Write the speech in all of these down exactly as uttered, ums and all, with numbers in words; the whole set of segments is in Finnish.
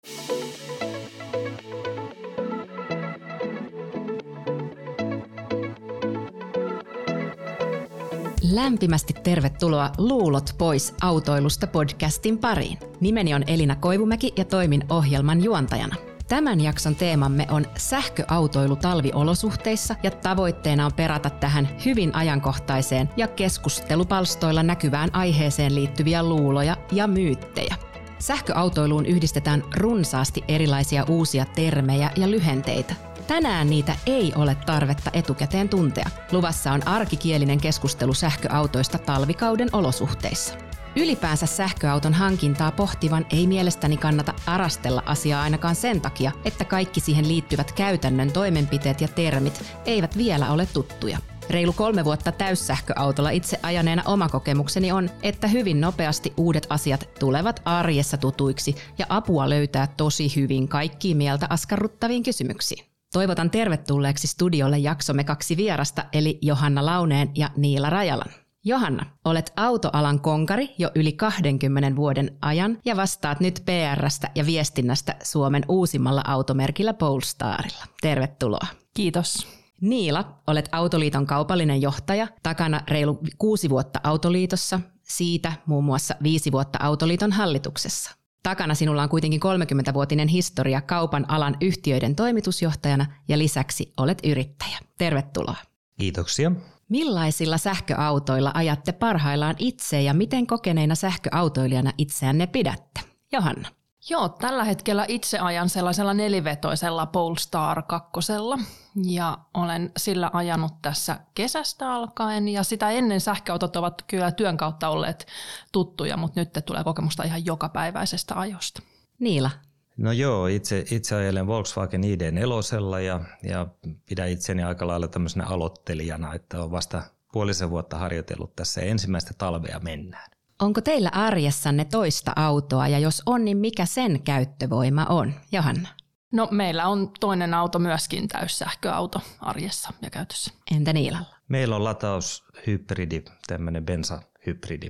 Lämpimästi tervetuloa Luulot pois autoilusta podcastin pariin. Nimeni on Elina Koivumäki ja toimin ohjelman juontajana. Tämän jakson teemamme on sähköautoilu talviolosuhteissa ja tavoitteena on perata tähän hyvin ajankohtaiseen ja keskustelupalstoilla näkyvään aiheeseen liittyviä luuloja ja myyttejä. Sähköautoiluun yhdistetään runsaasti erilaisia uusia termejä ja lyhenteitä. Tänään niitä ei ole tarvetta etukäteen tuntea. Luvassa on arkikielinen keskustelu sähköautoista talvikauden olosuhteissa. Ylipäänsä sähköauton hankintaa pohtivan ei mielestäni kannata arastella asiaa ainakaan sen takia, että kaikki siihen liittyvät käytännön toimenpiteet ja termit eivät vielä ole tuttuja. Reilu kolme vuotta täyssähköautolla itse ajaneena oma kokemukseni on, että hyvin nopeasti uudet asiat tulevat arjessa tutuiksi ja apua löytää tosi hyvin kaikkiin mieltä askarruttaviin kysymyksiin. Toivotan tervetulleeksi studiolle jaksomme kaksi vierasta, eli Johanna Launeen ja Niila Rajalan. Johanna, olet autoalan konkari jo yli kahdenkymmenen vuoden ajan ja vastaat nyt P R:stä ja viestinnästä Suomen uusimmalla automerkillä Polestarilla. Tervetuloa. Kiitos. Niila, olet Autoliiton kaupallinen johtaja, takana reilu kuusi vuotta Autoliitossa, siitä muun muassa viisi vuotta Autoliiton hallituksessa. Takana sinulla on kuitenkin kolmekymmenvuotinen historia kaupan alan yhtiöiden toimitusjohtajana ja lisäksi olet yrittäjä. Tervetuloa. Kiitoksia. Millaisilla sähköautoilla ajatte parhaillaan itse ja miten kokeneina sähköautoilijana itseänne pidätte? Johanna. Joo, tällä hetkellä itse ajan sellaisella nelivetoisella Polestar kakkosella ja olen sillä ajanut tässä kesästä alkaen ja sitä ennen sähköautot ovat kyllä työn kautta olleet tuttuja, mutta nyt tulee kokemusta ihan jokapäiväisestä ajosta. Niila. No joo, itse, itse ajelen Volkswagen I D neljä ja, ja pidän itseni aika lailla tämmöisenä aloittelijana, että olen vasta puolisen vuotta harjoitellut tässä ja ensimmäistä talvea mennään. Onko teillä arjessanne toista autoa ja jos on, niin mikä sen käyttövoima on? Johanna. No meillä on toinen auto myöskin täyssähköauto arjessa ja käytössä. Entä Niilalla? Meillä on lataushybridi, tämmöinen bensahybridi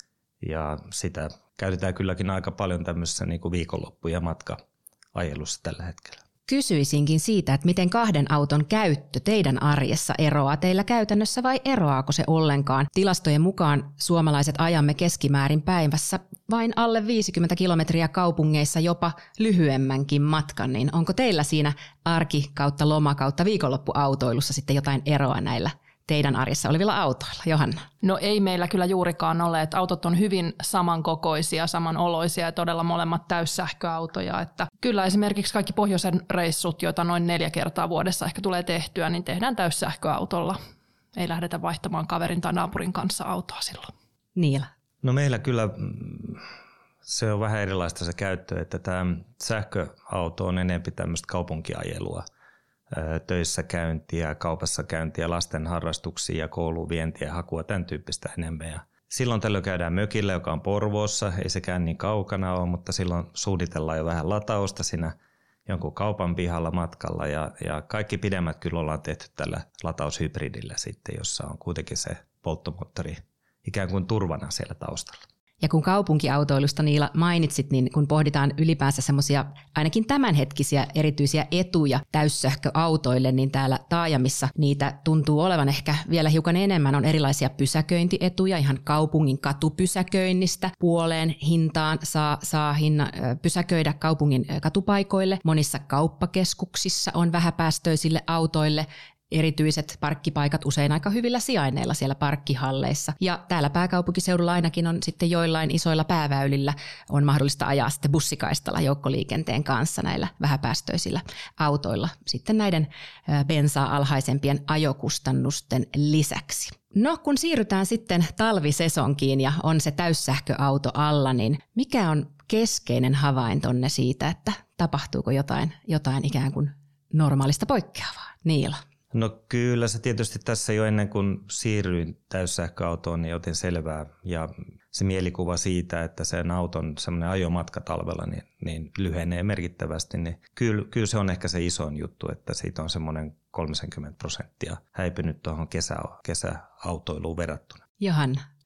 ja sitä käytetään kylläkin aika paljon tämmöisessä niin kuin viikonloppu- ja matka-ajelussa tällä hetkellä. Kysyisinkin siitä, että miten kahden auton käyttö teidän arjessa eroaa teillä käytännössä vai eroaako se ollenkaan? Tilastojen mukaan suomalaiset ajamme keskimäärin päivässä vain alle viisikymmentä kilometriä kaupungeissa, jopa lyhyemmänkin matkan. Niin onko teillä siinä arki kautta loma kautta viikonloppuautoilussa sitten jotain eroa näillä teidän arjessa olevilla autoilla? Johanna. No ei meillä kyllä juurikaan ole, että autot on hyvin samankokoisia, samanoloisia ja todella molemmat täyssähköautoja. Että kyllä esimerkiksi kaikki pohjoisen reissut, joita noin neljä kertaa vuodessa ehkä tulee tehtyä, niin tehdään täyssähköautolla. Ei lähdetä vaihtamaan kaverin tai naapurin kanssa autoa silloin. Niillä. No meillä kyllä se on vähän erilaista se käyttö, että tämä sähköauto on enemmän tämmöistä kaupunkiajelua. Töissä käyntiä, kaupassa käyntiä, lasten harrastuksia ja kouluun vientiä, hakua, tämän tyyppistä enemmän. Ja silloin tällöin käydään mökillä, joka on Porvoossa, ei sekään niin kaukana ole, mutta silloin suunnitellaan jo vähän latausta siinä jonkun kaupan pihalla matkalla ja, ja kaikki pidemmät kyllä ollaan tehty tällä lataushybridillä sitten, jossa on kuitenkin se polttomoottori ikään kuin turvana siellä taustalla. Ja kun kaupunkiautoilusta Niila mainitsit, niin kun pohditaan ylipäänsä semmoisia ainakin tämänhetkisiä erityisiä etuja täyssähköautoille, niin täällä taajamissa niitä tuntuu olevan ehkä vielä hiukan enemmän. On erilaisia pysäköintietuja, ihan kaupungin katupysäköinnistä puoleen hintaan saa, saa hinna, pysäköidä kaupungin katupaikoille. Monissa kauppakeskuksissa on vähäpäästöisille autoille erityiset parkkipaikat usein aika hyvillä sijainneilla siellä parkkihalleissa. Ja täällä pääkaupunkiseudulla ainakin on sitten joillain isoilla pääväylillä on mahdollista ajaa sitten bussikaistalla joukkoliikenteen kanssa näillä vähäpäästöisillä autoilla sitten näiden bensaa alhaisempien ajokustannusten lisäksi. No kun siirrytään sitten talvisesonkiin ja on se täyssähköauto alla, niin mikä on keskeinen havaintonne siitä, että tapahtuuko jotain, jotain ikään kuin normaalista poikkeavaa? Niila. No kyllä se tietysti tässä jo ennen kuin siirryin täyssähköautoon, niin otin selvää ja se mielikuva siitä, että sen auton semmoinen ajomatka talvella niin, niin lyhenee merkittävästi, niin kyllä, kyllä se on ehkä se isoin juttu, että siitä on semmoinen kolmekymmentä prosenttia häipynyt tuohon kesä, kesäautoiluun verrattuna. Johanna.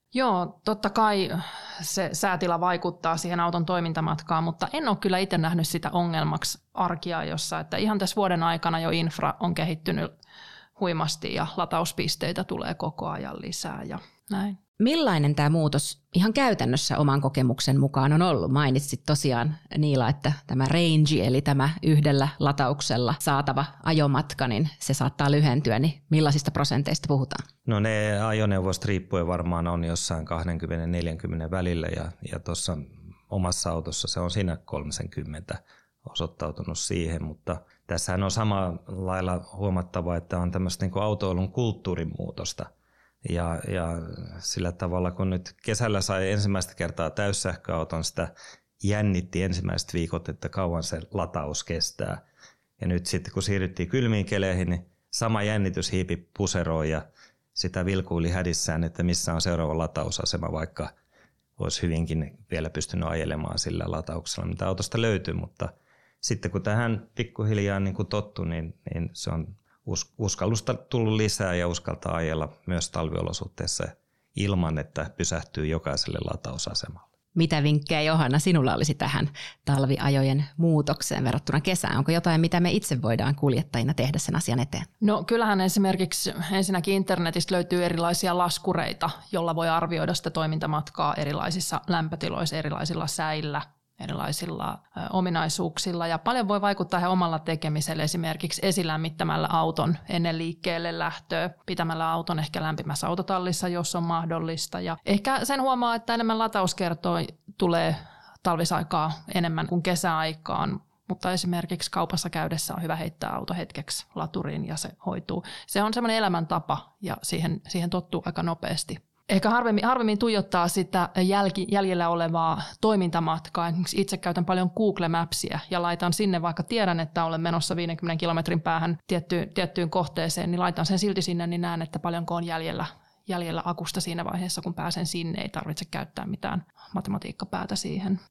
Joo, totta kai se säätila vaikuttaa siihen auton toimintamatkaan, mutta en ole kyllä itse nähnyt sitä ongelmaksi arkiajossa, että ihan tässä vuoden aikana jo infra on kehittynyt huimasti ja latauspisteitä tulee koko ajan lisää ja näin. Millainen tämä muutos ihan käytännössä oman kokemuksen mukaan on ollut? Mainitsit tosiaan Niila, että tämä range eli tämä yhdellä latauksella saatava ajomatka, niin se saattaa lyhentyä, niin millaisista prosenteista puhutaan? No ne ajoneuvoista riippuen varmaan on jossain kaksikymmentä neljäkymmentä välillä ja, ja tuossa omassa autossa se on siinä kolmekymmentä osoittautunut siihen, mutta tässähän on samalla lailla huomattava, että on tämmöistä niin kuin autoilun kulttuurin muutosta. Ja, ja sillä tavalla, kun nyt kesällä sai ensimmäistä kertaa täyssähköauton, sitä jännitti ensimmäiset viikot, että kauan se lataus kestää. Ja nyt sitten kun siirryttiin kylmiin keleihin, niin sama jännitys hiipi puseroon ja sitä vilkuili hädissään, että missä on seuraava latausasema, vaikka olisi hyvinkin vielä pystynyt ajelemaan sillä latauksella, mitä autosta löytyy. Mutta sitten kun tähän pikkuhiljaa niin kuin tottu, niin, niin se on uskallusta tullut lisää ja uskaltaa ajella myös talviolosuhteissa ilman, että pysähtyy jokaiselle latausasemalle. Mitä vinkkejä, Johanna, sinulla olisi tähän talviajojen muutokseen verrattuna kesään? Onko jotain, mitä me itse voidaan kuljettajina tehdä sen asian eteen? No kyllähän esimerkiksi ensinnäkin internetistä löytyy erilaisia laskureita, jolla voi arvioida sitä toimintamatkaa erilaisissa lämpötiloissa, erilaisilla säillä, erilaisilla ö, ominaisuuksilla ja paljon voi vaikuttaa ihan omalla tekemisellä, esimerkiksi esilämmittämällä auton ennen liikkeelle lähtöä, pitämällä auton ehkä lämpimässä autotallissa, jos on mahdollista. Ja ehkä sen huomaa, että enemmän latauskertoja tulee talvisaikaa enemmän kuin kesäaikaan, mutta esimerkiksi kaupassa käydessä on hyvä heittää auto hetkeksi laturiin ja se hoituu. Se on semmoinen elämäntapa ja siihen, siihen tottuu aika nopeasti. Ehkä harvemmin, harvemmin tuijottaa sitä jälki, jäljellä olevaa toimintamatkaa. Esimerkiksi itse käytän paljon Google Mapsia ja laitan sinne, vaikka tiedän, että olen menossa viidenkymmenen kilometrin päähän tiettyyn, tiettyyn kohteeseen, niin laitan sen silti sinne, niin näen, että paljonko on jäljellä, jäljellä akusta siinä vaiheessa, kun pääsen sinne. Ei tarvitse käyttää mitään matematiikkapäätä siihen.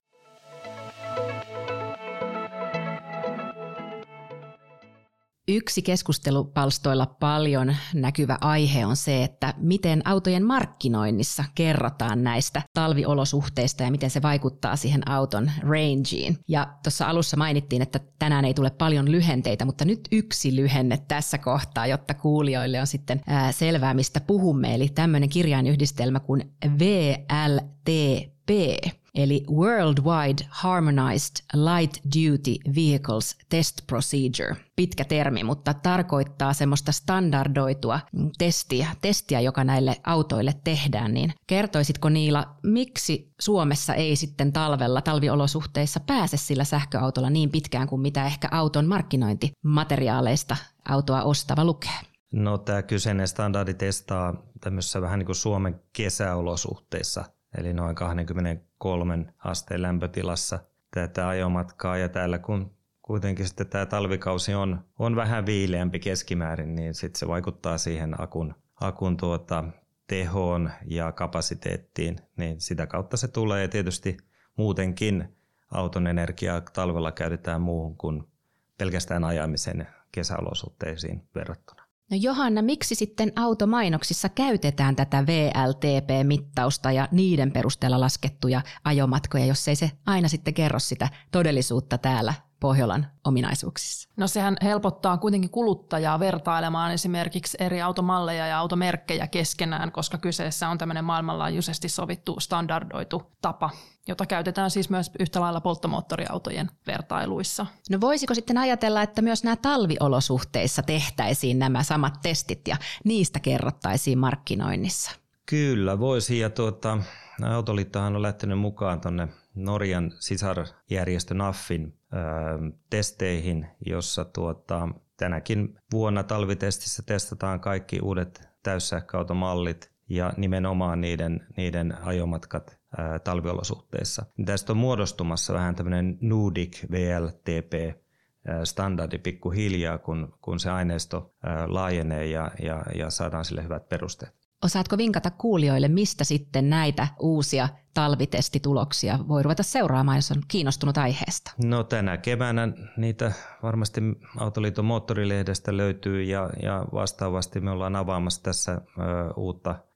Yksi keskustelupalstoilla paljon näkyvä aihe on se, että miten autojen markkinoinnissa kerrotaan näistä talviolosuhteista ja miten se vaikuttaa siihen auton rangeen. Ja tuossa alussa mainittiin, että tänään ei tule paljon lyhenteitä, mutta nyt yksi lyhenne tässä kohtaa, jotta kuulijoille on sitten ää, selvää, mistä puhumme. Eli tämmöinen kirjainyhdistelmä kuin V L T P. Eli Worldwide Harmonized Light Duty Vehicles Test Procedure. Pitkä termi, mutta tarkoittaa semmoista standardoitua testiä, testiä, joka näille autoille tehdään. Niin kertoisitko Niila, miksi Suomessa ei sitten talvella, talviolosuhteissa pääse sillä sähköautolla niin pitkään kuin mitä ehkä auton markkinointimateriaaleista autoa ostava lukee? No tämä kyseinen standardi testaa tämmöisessä vähän niin kuin Suomen kesäolosuhteissa, eli noin kaksikymmentäkolme asteen lämpötilassa tätä ajomatkaa. Ja täällä kun kuitenkin sitten tämä talvikausi on, on vähän viileämpi keskimäärin, niin sitten se vaikuttaa siihen akun, akun tuota, tehoon ja kapasiteettiin. Niin sitä kautta se tulee. Ja tietysti muutenkin auton energiaa talvella käytetään muuhun kuin pelkästään ajamisen kesäolosuhteisiin verrattuna. No Johanna, miksi sitten automainoksissa käytetään tätä V L T P-mittausta ja niiden perusteella laskettuja ajomatkoja, jos ei se aina sitten kerro sitä todellisuutta täällä Pohjolan ominaisuuksissa? No sehän helpottaa kuitenkin kuluttajaa vertailemaan esimerkiksi eri automalleja ja automerkkejä keskenään, koska kyseessä on tämmöinen maailmanlaajuisesti sovittu standardoitu tapa, jota käytetään siis myös yhtä lailla polttomoottoriautojen vertailuissa. No voisiko sitten ajatella, että myös nämä talviolosuhteissa tehtäisiin nämä samat testit ja niistä kerrottaisiin markkinoinnissa? Kyllä voisi, ja tuota, Autoliittohan on lähtenyt mukaan tuonne Norjan sisarjärjestö N A Fin ö, testeihin, jossa tuota, tänäkin vuonna talvitestissä testataan kaikki uudet täyssähköautomallit ja nimenomaan niiden, niiden ajomatkat ä, talviolosuhteissa. Tästä on muodostumassa vähän tämmöinen Nordic V L T P-standardi pikkuhiljaa, kun, kun se aineisto ä, laajenee ja, ja, ja saadaan sille hyvät perusteet. Osaatko vinkata kuulijoille, mistä sitten näitä uusia talvitestituloksia voi ruveta seuraamaan, jos on kiinnostunut aiheesta? No tänä keväänä niitä varmasti Autoliiton moottorilehdestä löytyy ja, ja vastaavasti me ollaan avaamassa tässä ö, uutta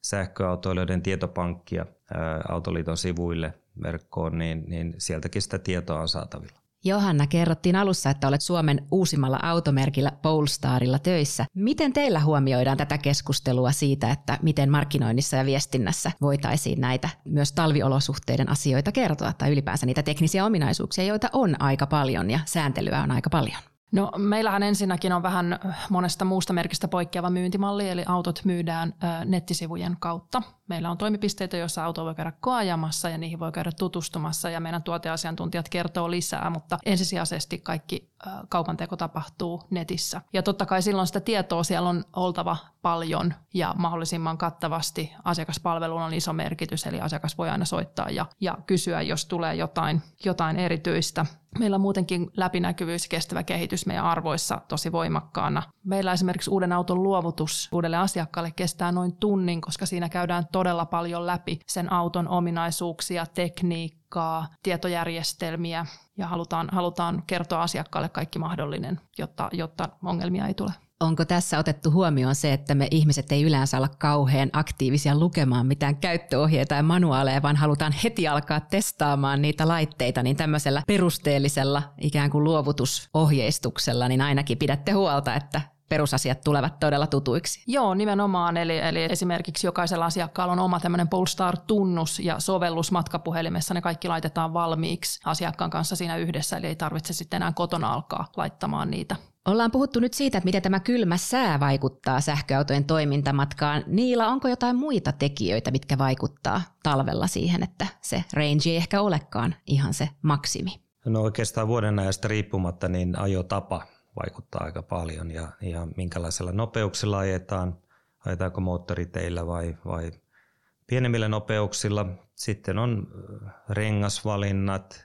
sähköautoilijoiden tietopankkia Autoliiton sivuille verkkoon, niin, niin sieltäkin sitä tietoa on saatavilla. Johanna, kerrottiin alussa, että olet Suomen uusimmalla automerkillä Polestarilla töissä. Miten teillä huomioidaan tätä keskustelua siitä, että miten markkinoinnissa ja viestinnässä voitaisiin näitä myös talviolosuhteiden asioita kertoa tai ylipäänsä niitä teknisiä ominaisuuksia, joita on aika paljon ja sääntelyä on aika paljon? No meillähän ensinnäkin on vähän monesta muusta merkistä poikkeava myyntimalli, eli autot myydään nettisivujen kautta. Meillä on toimipisteitä, joissa auto voi käydä koeajamassa ja niihin voi käydä tutustumassa ja meidän tuoteasiantuntijat kertoo lisää, mutta ensisijaisesti kaikki kaupanteko tapahtuu netissä. Ja totta kai silloin sitä tietoa siellä on oltava paljon ja mahdollisimman kattavasti. Asiakaspalveluun on iso merkitys, eli asiakas voi aina soittaa ja, ja kysyä, jos tulee jotain, jotain erityistä. Meillä on muutenkin läpinäkyvyys ja kestävä kehitys meidän arvoissa tosi voimakkaana. Meillä esimerkiksi uuden auton luovutus uudelle asiakkaalle kestää noin tunnin, koska siinä käydään todella paljon läpi sen auton ominaisuuksia, tekniikkaa, tietojärjestelmiä ja halutaan, halutaan kertoa asiakkaalle kaikki mahdollinen, jotta, jotta ongelmia ei tule. Onko tässä otettu huomioon se, että me ihmiset ei yleensä olla kauhean aktiivisia lukemaan mitään käyttöohjeita ja manuaaleja, vaan halutaan heti alkaa testaamaan niitä laitteita, niin tämmöisellä perusteellisella ikään kuin luovutusohjeistuksella, niin ainakin pidätte huolta, että perusasiat tulevat todella tutuiksi. Joo, nimenomaan. Eli, eli esimerkiksi jokaisella asiakkaalla on oma tämmöinen Polestar-tunnus ja sovellus matkapuhelimessa. Ne kaikki laitetaan valmiiksi asiakkaan kanssa siinä yhdessä, eli ei tarvitse sitten enää kotona alkaa laittamaan niitä. Ollaan puhuttu nyt siitä, että miten tämä kylmä sää vaikuttaa sähköautojen toimintamatkaan. Niillä onko jotain muita tekijöitä, mitkä vaikuttaa talvella siihen, että se range ei ehkä olekaan ihan se maksimi? No oikeastaan vuoden ajasta riippumatta niin ajotapa vaikuttaa aika paljon ja, ja minkälaisella nopeuksilla ajetaan, ajetaanko moottoriteillä vai, vai pienemmillä nopeuksilla. Sitten on rengasvalinnat,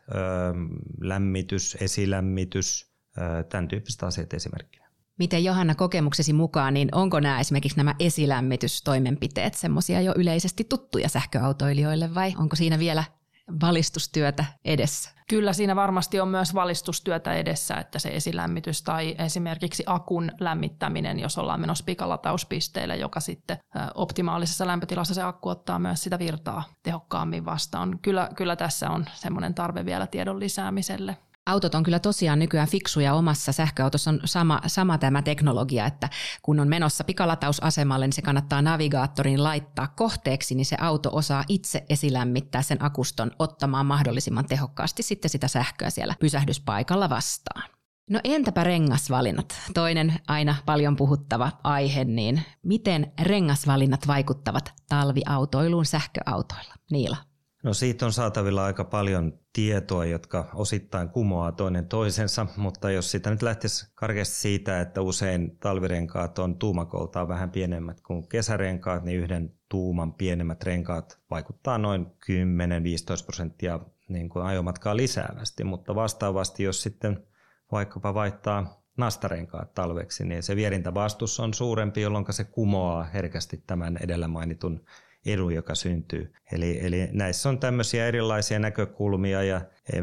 lämmitys, esilämmitys, tämän tyyppiset asiat esimerkkinä. Miten Johanna kokemuksesi mukaan, niin onko nämä esimerkiksi nämä esilämmitystoimenpiteet semmoisia jo yleisesti tuttuja sähköautoilijoille vai onko siinä vielä valistustyötä edessä? Kyllä siinä varmasti on myös valistustyötä edessä, että se esilämmitys tai esimerkiksi akun lämmittäminen, jos ollaan menossa pikalatauspisteelle, joka sitten optimaalisessa lämpötilassa se akku ottaa myös sitä virtaa tehokkaammin vastaan. Kyllä, kyllä tässä on semmoinen tarve vielä tiedon lisäämiselle. Autot on kyllä tosiaan nykyään fiksuja omassa sähköautossa on sama, sama tämä teknologia, että kun on menossa pikalautausasemalle, niin se kannattaa navigaattorin laittaa kohteeksi, niin se auto osaa itse esilämmittää sen akuston ottamaan mahdollisimman tehokkaasti sitten sitä sähköä siellä pysähdyspaikalla vastaan. No entäpä rengasvalinnat? Toinen aina paljon puhuttava aihe, niin miten rengasvalinnat vaikuttavat talviautoiluun sähköautoilla? Niila. No siitä on saatavilla aika paljon tietoa, jotka osittain kumoaa toinen toisensa, mutta jos sitä nyt lähtisi karkeasti siitä, että usein talvirenkaat on tuumakoltaan vähän pienemmät kuin kesärenkaat, niin yhden tuuman pienemmät renkaat vaikuttaa noin kymmenen viisitoista prosenttia niin kuin ajomatkaa lisäävästi, mutta vastaavasti jos sitten vaikkapa vaihtaa nastarenkaat talveksi, niin se vierintävastus on suurempi, jolloin se kumoaa herkästi tämän edellä mainitun edun, joka syntyy. Eli, eli näissä on tämmöisiä erilaisia näkökulmia ja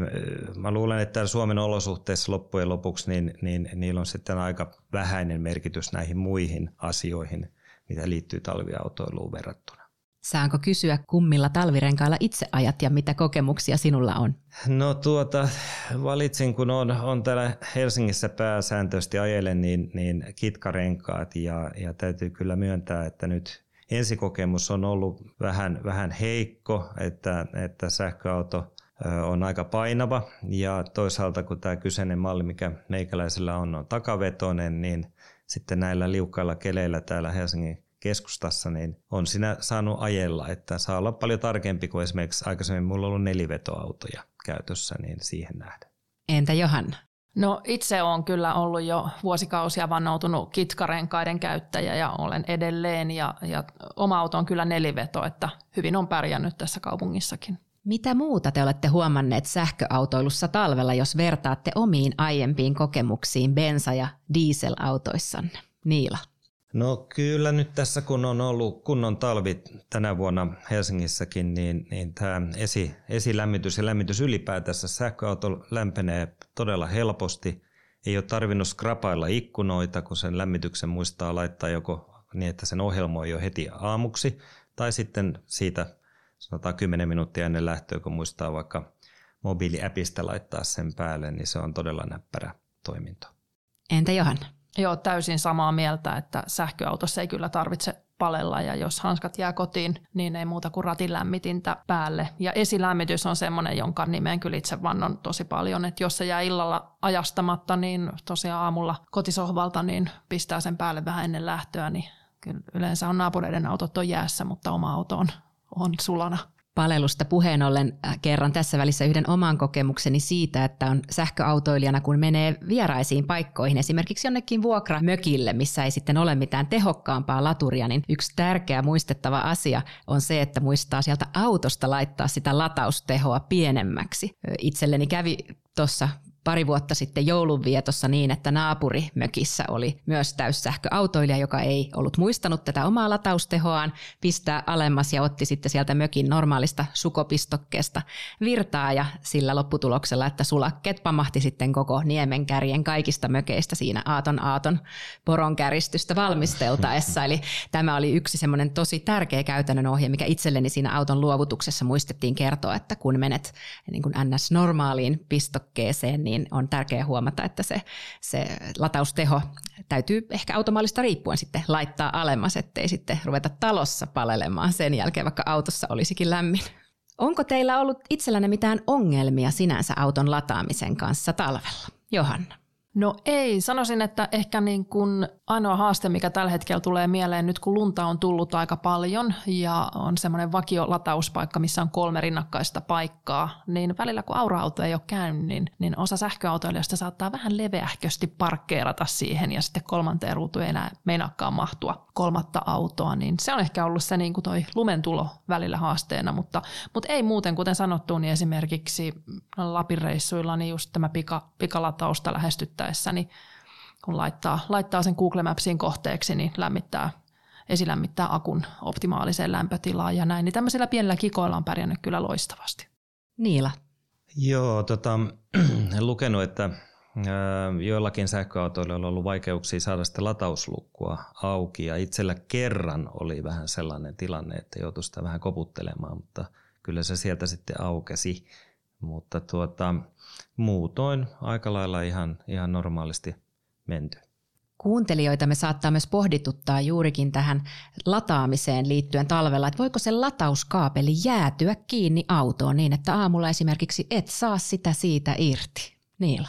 mä luulen, että Suomen olosuhteissa loppujen lopuksi niin, niin niillä on sitten aika vähäinen merkitys näihin muihin asioihin, mitä liittyy talviautoiluun verrattuna. Saanko kysyä, kummilla talvirenkailla itse ajat ja mitä kokemuksia sinulla on? No tuota, valitsin, kun on, on täällä Helsingissä pääsääntöisesti ajelen, niin, niin kitkarenkaat ja, ja täytyy kyllä myöntää, että nyt ensikokemus on ollut vähän, vähän heikko, että, että sähköauto on aika painava ja toisaalta kun tämä kyseinen malli, mikä meikäläisellä on, on takavetoinen, niin sitten näillä liukkailla keleillä täällä Helsingin keskustassa niin on siinä saanut ajella, että saa olla paljon tarkempi kuin esimerkiksi aikaisemmin mulla on ollut nelivetoautoja käytössä, niin siihen nähdään. Entä Johanna? No itse olen kyllä ollut jo vuosikausia vannoutunut kitkarenkaiden käyttäjä ja olen edelleen ja, ja oma auto on kyllä neliveto, että hyvin on pärjännyt tässä kaupungissakin. Mitä muuta te olette huomanneet sähköautoilussa talvella, jos vertaatte omiin aiempiin kokemuksiin bensa- ja dieselautoissanne? Niila. No kyllä nyt tässä kun on ollut kunnon talvi tänä vuonna Helsingissäkin, niin, niin tämä esi, esilämmitys ja lämmitys ylipäätänsä sähköauto lämpenee todella helposti. Ei ole tarvinnut skrapailla ikkunoita, kun sen lämmityksen muistaa laittaa joko niin, että sen ohjelmoi jo heti aamuksi Tai sitten siitä sanotaan kymmenen minuuttia ennen lähtöä, kun muistaa vaikka mobiiliäpistä laittaa sen päälle, niin se on todella näppärä toiminto. Entä Johanna? Joo, täysin samaa mieltä, että sähköautossa ei kyllä tarvitse palella ja jos hanskat jää kotiin, niin ei muuta kuin ratin lämmitintä päälle. Ja esilämmitys on semmoinen, jonka nimeen kyllä itse vannon tosi paljon, että jos se jää illalla ajastamatta, niin tosiaan aamulla kotisohvalta niin pistää sen päälle vähän ennen lähtöä, niin kyllä yleensä on naapureiden autot on jäässä, mutta oma auto on, on sulana. Palvelusta puheen ollen kerran tässä välissä yhden oman kokemukseni siitä, että on sähköautoilijana, kun menee vieraisiin paikkoihin, esimerkiksi jonnekin vuokramökille, missä ei sitten ole mitään tehokkaampaa laturia, niin yksi tärkeä muistettava asia on se, että muistaa sieltä autosta laittaa sitä lataustehoa pienemmäksi. Itselleni kävi tuossa pari vuotta sitten joulunvietossa niin, että naapurimökissä oli myös täyssähköautoilija, joka ei ollut muistanut tätä omaa lataustehoaan pistää alemmas ja otti sitten sieltä mökin normaalista sukopistokkeesta virtaa ja sillä lopputuloksella, että sulakkeet pamahti sitten koko niemenkärjen kaikista mökeistä siinä aaton aaton poronkäristystä valmisteltaessa. Eli tämä oli yksi semmoinen tosi tärkeä käytännön ohje, mikä itselleni siinä auton luovutuksessa muistettiin kertoa, että kun menet niin kuin ns. Normaaliin pistokkeeseen, niin on tärkeää huomata, että se, se latausteho täytyy ehkä automaalista riippuen sitten laittaa alemmas, ettei sitten ruveta talossa palelemaan sen jälkeen, vaikka autossa olisikin lämmin. Onko teillä ollut itsellänne mitään ongelmia sinänsä auton lataamisen kanssa talvella? Johanna. No ei, sanoisin, että ehkä niin kuin ainoa haaste, mikä tällä hetkellä tulee mieleen nyt, kun lunta on tullut aika paljon ja on semmoinen vakiolatauuspaikka, missä on kolme rinnakkaista paikkaa, niin välillä kun aura-auto ei ole käynyt, niin, niin osa sähköautoilijasta saattaa vähän leveähkösti parkkeerata siihen ja sitten kolmanteen ruutuun ei enää meinaakaan mahtua kolmatta autoa, niin se on ehkä ollut se niin kuin toi lumentulo välillä haasteena, mutta, mutta ei muuten, kuten sanottu, niin esimerkiksi Lapin reissuilla niin just tämä pika, pikalatausta lähestyttää, niin kun laittaa, laittaa sen Google Mapsin kohteeksi, niin lämmittää, esilämmittää akun optimaaliseen lämpötilaan ja näin. Niin tämmöisillä pienillä kikoilla on pärjännyt kyllä loistavasti. Niila. Joo, tota, lukenut, että joillakin sähköautoilla on ollut vaikeuksia saada sitä latauslukua auki ja itsellä kerran oli vähän sellainen tilanne, että joutui sitä vähän koputtelemaan, mutta kyllä se sieltä sitten aukesi. Mutta tuota, muutoin aika lailla ihan, ihan normaalisti menty. Kuuntelijoita me saattaa myös pohdituttaa juurikin tähän lataamiseen liittyen talvella, että voiko se latauskaapeli jäätyä kiinni autoon niin, että aamulla esimerkiksi et saa sitä siitä irti? Niila.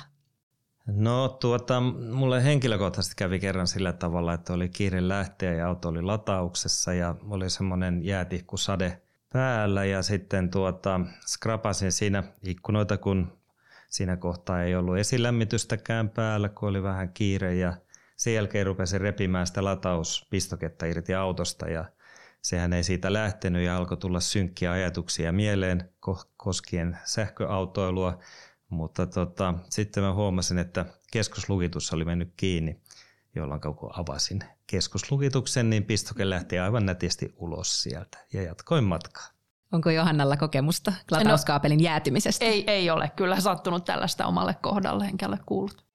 No tuota, mulle henkilökohtaisesti kävi kerran sillä tavalla, että oli kiire lähteä ja auto oli latauksessa ja oli semmoinen jäätihkusade päällä ja sitten tuota, skrapasin siinä ikkunoita, kun siinä kohtaa ei ollut esilämmitystäkään päällä, kun oli vähän kiire ja sen jälkeen rupesin repimään sitä latauspistoketta irti autosta ja sehän ei siitä lähtenyt ja alkoi tulla synkkiä ajatuksia mieleen koskien sähköautoilua, mutta tota, sitten mä huomasin, että keskuslukitus oli mennyt kiinni, jolloin kun avasin keskuslukituksen, niin pistoke lähti aivan nätisti ulos sieltä ja jatkoin matkaa. Onko Johannalla kokemusta latauskaapelin jäätymisestä? No, ei, ei ole kyllä sattunut tällaista omalle kohdalle, enkä ole kuullut.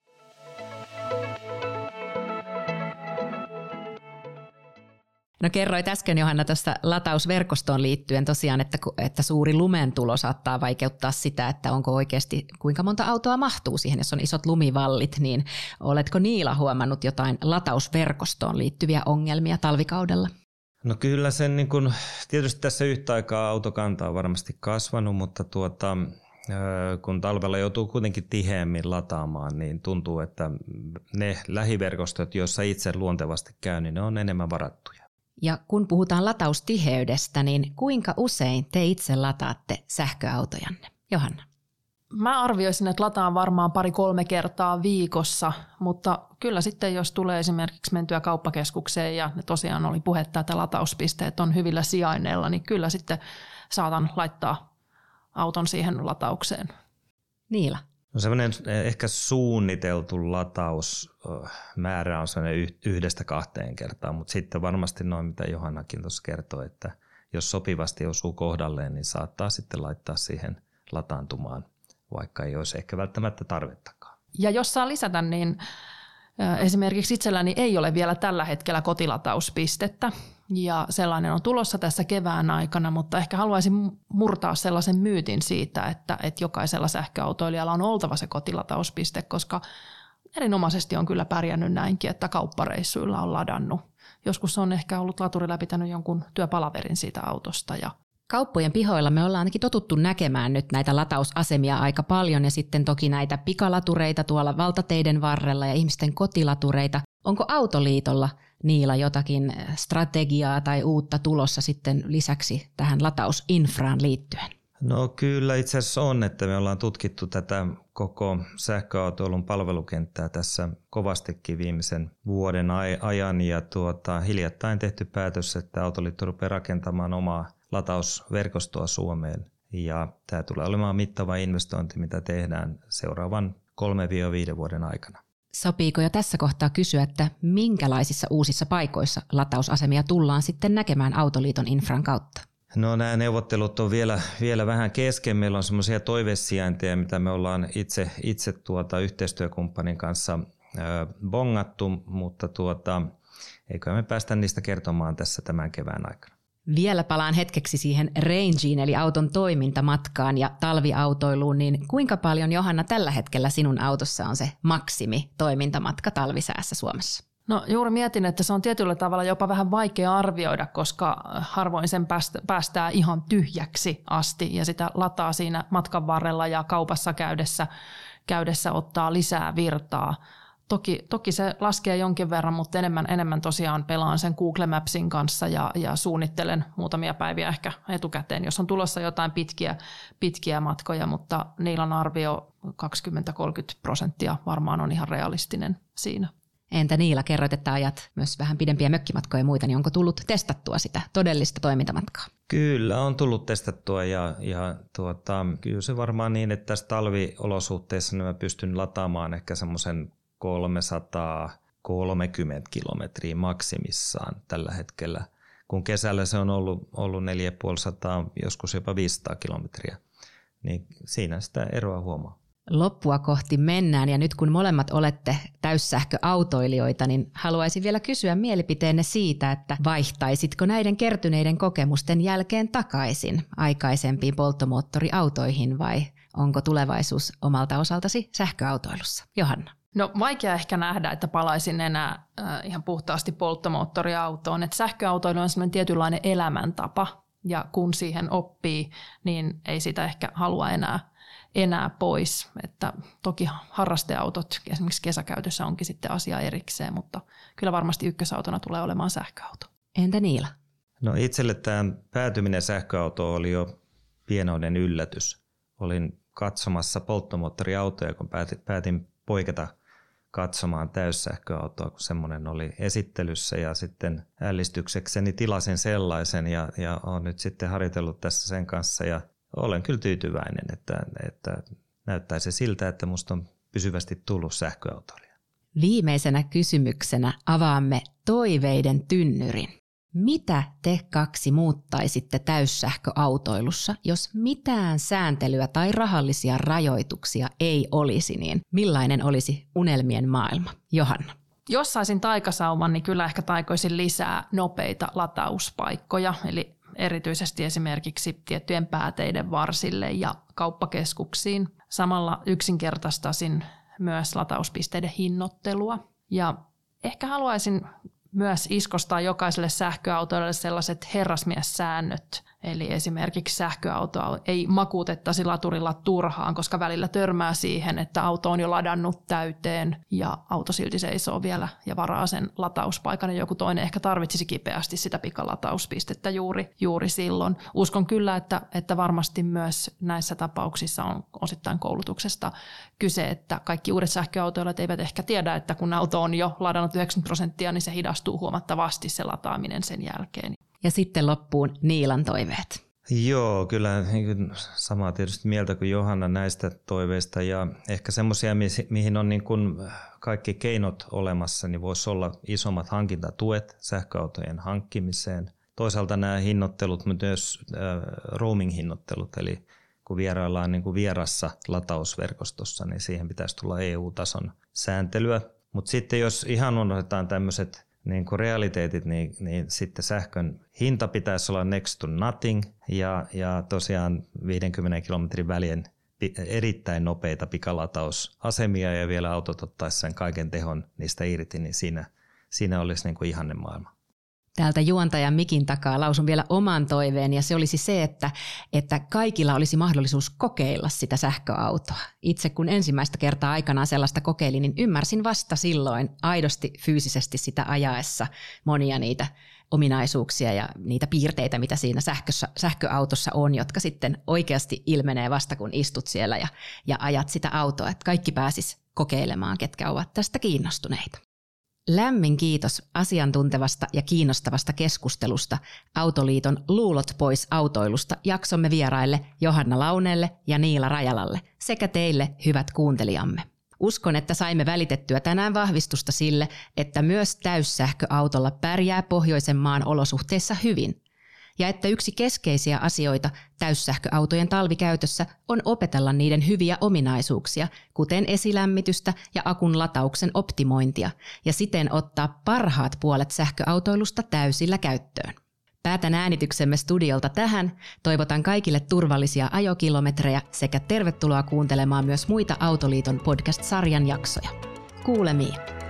No kerroit äsken Johanna tuosta latausverkostoon liittyen tosiaan, että, että suuri lumentulo saattaa vaikeuttaa sitä, että onko oikeasti kuinka monta autoa mahtuu siihen, jos on isot lumivallit, niin oletko Niila huomannut jotain latausverkostoon liittyviä ongelmia talvikaudella? No kyllä sen niin kun, tietysti tässä yhtä aikaa autokanta on varmasti kasvanut, mutta tuota, kun talvella joutuu kuitenkin tiheämmin lataamaan, niin tuntuu, että ne lähiverkostot, joissa itse luontevasti käy, niin ne on enemmän varattuja. Ja kun puhutaan lataustiheydestä, niin kuinka usein te itse lataatte sähköautojanne? Johanna. Mä arvioisin, että lataan varmaan pari-kolme kertaa viikossa, mutta kyllä sitten jos tulee esimerkiksi mentyä kauppakeskukseen ja tosiaan oli puhetta, että latauspisteet on hyvillä sijainneilla, niin kyllä sitten saatan laittaa auton siihen lataukseen. Niila. No semmoinen ehkä suunniteltu latausmäärä on sellainen yhdestä kahteen kertaa, mutta sitten varmasti noin, mitä Johannakin tuossa kertoi, että jos sopivasti osuu kohdalleen, niin saattaa sitten laittaa siihen lataantumaan, vaikka ei olisi ehkä välttämättä tarvettakaan. Ja jos saa lisätä, niin esimerkiksi itselläni ei ole vielä tällä hetkellä kotilatauspistettä. ja sellainen on tulossa tässä kevään aikana, mutta ehkä haluaisin murtaa sellaisen myytin siitä, että, että jokaisella sähköautoilijalla on oltava se kotilatauspiste, koska erinomaisesti on kyllä pärjännyt näinkin, että kauppareissuilla on ladannut. Joskus on ehkä ollut laturilla pitänyt jonkun työpalaverin siitä autosta. Ja kauppojen pihoilla me ollaan ainakin totuttu näkemään nyt näitä latausasemia aika paljon ja sitten toki näitä pikalatureita tuolla valtateiden varrella ja ihmisten kotilatureita. Onko Autoliitolla niillä jotakin strategiaa tai uutta tulossa sitten lisäksi tähän latausinfraan liittyen? No kyllä itse asiassa on, että me ollaan tutkittu tätä koko sähköautoilun palvelukenttää tässä kovastikin viimeisen vuoden ajan ja tuota, hiljattain tehty päätös, että Autoliitto rupeaa rakentamaan omaa latausverkostoa Suomeen ja tämä tulee olemaan mittava investointi, mitä tehdään seuraavan kolme viiden vuoden aikana. Sopiiko jo tässä kohtaa kysyä, että minkälaisissa uusissa paikoissa latausasemia tullaan sitten näkemään Autoliiton infran kautta? No nämä neuvottelut on vielä, vielä vähän kesken. Meillä on semmoisia toivesijainteja, mitä me ollaan itse, itse tuota, yhteistyökumppanin kanssa ö, bongattu, mutta tuota, eikö me päästä niistä kertomaan tässä tämän kevään aikana. Vielä palaan hetkeksi siihen rangeen eli auton toimintamatkaan ja talviautoiluun, niin kuinka paljon Johanna tällä hetkellä sinun autossa on se maksimi toimintamatka talvisäässä Suomessa? No juuri mietin, että se on tietyllä tavalla jopa vähän vaikea arvioida, koska harvoin sen päästää ihan tyhjäksi asti ja sitä lataa siinä matkan varrella ja kaupassa käydessä, käydessä ottaa lisää virtaa. Toki, toki se laskee jonkin verran, mutta enemmän, enemmän tosiaan pelaan sen Google Mapsin kanssa ja, ja suunnittelen muutamia päiviä ehkä etukäteen, jos on tulossa jotain pitkiä, pitkiä matkoja, mutta Niilan arvio kaksikymmentä kolmekymmentä prosenttia varmaan on ihan realistinen siinä. Entä Niila, kerroit, että ajat myös vähän pidempiä mökkimatkoja ja muita, niin onko tullut testattua sitä todellista toimintamatkaa? Kyllä on tullut testattua ja, ja tuota, kyllä se varmaan niin, että tässä talviolosuhteissa niin mä pystyn lataamaan ehkä semmoisen kolmesataakolmekymmentä kilometriä maksimissaan tällä hetkellä, kun kesällä se on ollut, ollut neljäsataaviisikymmentä, joskus jopa viisisataa kilometriä, niin siinä sitä eroa huomaa. Loppua kohti mennään ja nyt kun molemmat olette täyssähköautoilijoita, niin haluaisin vielä kysyä mielipiteenne siitä, että vaihtaisitko näiden kertyneiden kokemusten jälkeen takaisin aikaisempiin polttomoottoriautoihin vai onko tulevaisuus omalta osaltasi sähköautoilussa? Johanna. No vaikea ehkä nähdä, että palaisin enää äh, ihan puhtaasti polttomoottoriautoon. Et sähköautoilu on sellainen tietynlainen elämäntapa ja kun siihen oppii, niin ei sitä ehkä halua enää enää pois. Että toki harrasteautot esimerkiksi kesäkäytössä onkin sitten asia erikseen, mutta kyllä varmasti ykkösautona tulee olemaan sähköauto. Entä Niila? No itselle tämä päätyminen sähköautoon oli jo pienoinen yllätys. Olin katsomassa polttomoottoriautoja, kun päätin, päätin poiketa katsomaan täyssähköautoa, kun semmoinen oli esittelyssä ja sitten ällistyksekseni tilasin sellaisen ja, ja olen nyt sitten harjoitellut tässä sen kanssa ja olen kyllä tyytyväinen, että, että näyttäisi siltä, että musta on pysyvästi tullut sähköautoilija. Viimeisenä kysymyksenä avaamme toiveiden tynnyrin. Mitä te kaksi muuttaisitte täyssähköautoilussa, jos mitään sääntelyä tai rahallisia rajoituksia ei olisi, niin millainen olisi unelmien maailma? Johanna. Jos saisin taikasauman, niin kyllä ehkä taikoisin lisää nopeita latauspaikkoja, eli erityisesti esimerkiksi tiettyjen pääteiden varsille ja kauppakeskuksiin. Samalla yksinkertaistasin myös latauspisteiden hinnoittelua ja ehkä haluaisin myös iskostaa jokaiselle sähköautoille sellaiset herrasmiessäännöt, eli esimerkiksi sähköautoa ei makuutettaisi laturilla turhaan, koska välillä törmää siihen, että auto on jo ladannut täyteen ja auto silti seisoo vielä ja varaa sen latauspaikan ja joku toinen ehkä tarvitsisi kipeästi sitä pikalataupistettä juuri, juuri silloin. Uskon kyllä, että, että varmasti myös näissä tapauksissa on osittain koulutuksesta kyse, että kaikki uudet sähköautoilijat eivät ehkä tiedä, että kun auto on jo ladannut yhdeksänkymmentä prosenttia, niin se hidastuu huomattavasti se lataaminen sen jälkeen. Ja sitten loppuun Niilan toiveet. Joo, kyllä samaa tietysti mieltä kuin Johanna näistä toiveista ja ehkä semmoisia, mihin on niin kuin kaikki keinot olemassa, niin voisi olla isommat hankintatuet sähköautojen hankkimiseen. Toisaalta nämä hinnoittelut, mutta myös roaming-hinnoittelut, eli kun vieraillaan niin kuin vierassa latausverkostossa, niin siihen pitäisi tulla E U-tason sääntelyä. Mutta sitten jos ihan unohdetaan tämmöiset niin kuin realiteetit, niin, niin sitten sähkön hinta pitäisi olla next to nothing ja, ja tosiaan viidenkymmenen kilometrin välien erittäin nopeita pikalatausasemia ja vielä autot ottaisi sen kaiken tehon niistä irti, niin siinä, siinä olisi niin kuin ihanne maailma. Täältä juontajan mikin takaa lausun vielä oman toiveen, ja se olisi se, että, että kaikilla olisi mahdollisuus kokeilla sitä sähköautoa. Itse kun ensimmäistä kertaa aikanaan sellaista kokeilin, niin ymmärsin vasta silloin aidosti fyysisesti sitä ajaessa monia niitä ominaisuuksia ja niitä piirteitä, mitä siinä sähkössä, sähköautossa on, jotka sitten oikeasti ilmenee vasta, kun istut siellä ja, ja ajat sitä autoa, että kaikki pääsis kokeilemaan, ketkä ovat tästä kiinnostuneita. Lämmin kiitos asiantuntevasta ja kiinnostavasta keskustelusta Autoliiton Luulot pois autoilusta jaksomme vieraille Johanna Launeelle ja Niila Rajalalle sekä teille hyvät kuuntelijamme. Uskon, että saimme välitettyä tänään vahvistusta sille, että myös täyssähköautolla pärjää pohjoisen maan olosuhteissa hyvin. Ja että yksi keskeisiä asioita täyssähköautojen talvikäytössä on opetella niiden hyviä ominaisuuksia, kuten esilämmitystä ja akun latauksen optimointia, ja siten ottaa parhaat puolet sähköautoilusta täysillä käyttöön. Päätän äänityksemme studiolta tähän, toivotan kaikille turvallisia ajokilometrejä sekä tervetuloa kuuntelemaan myös muita Autoliiton podcast-sarjan jaksoja. Kuulemiin!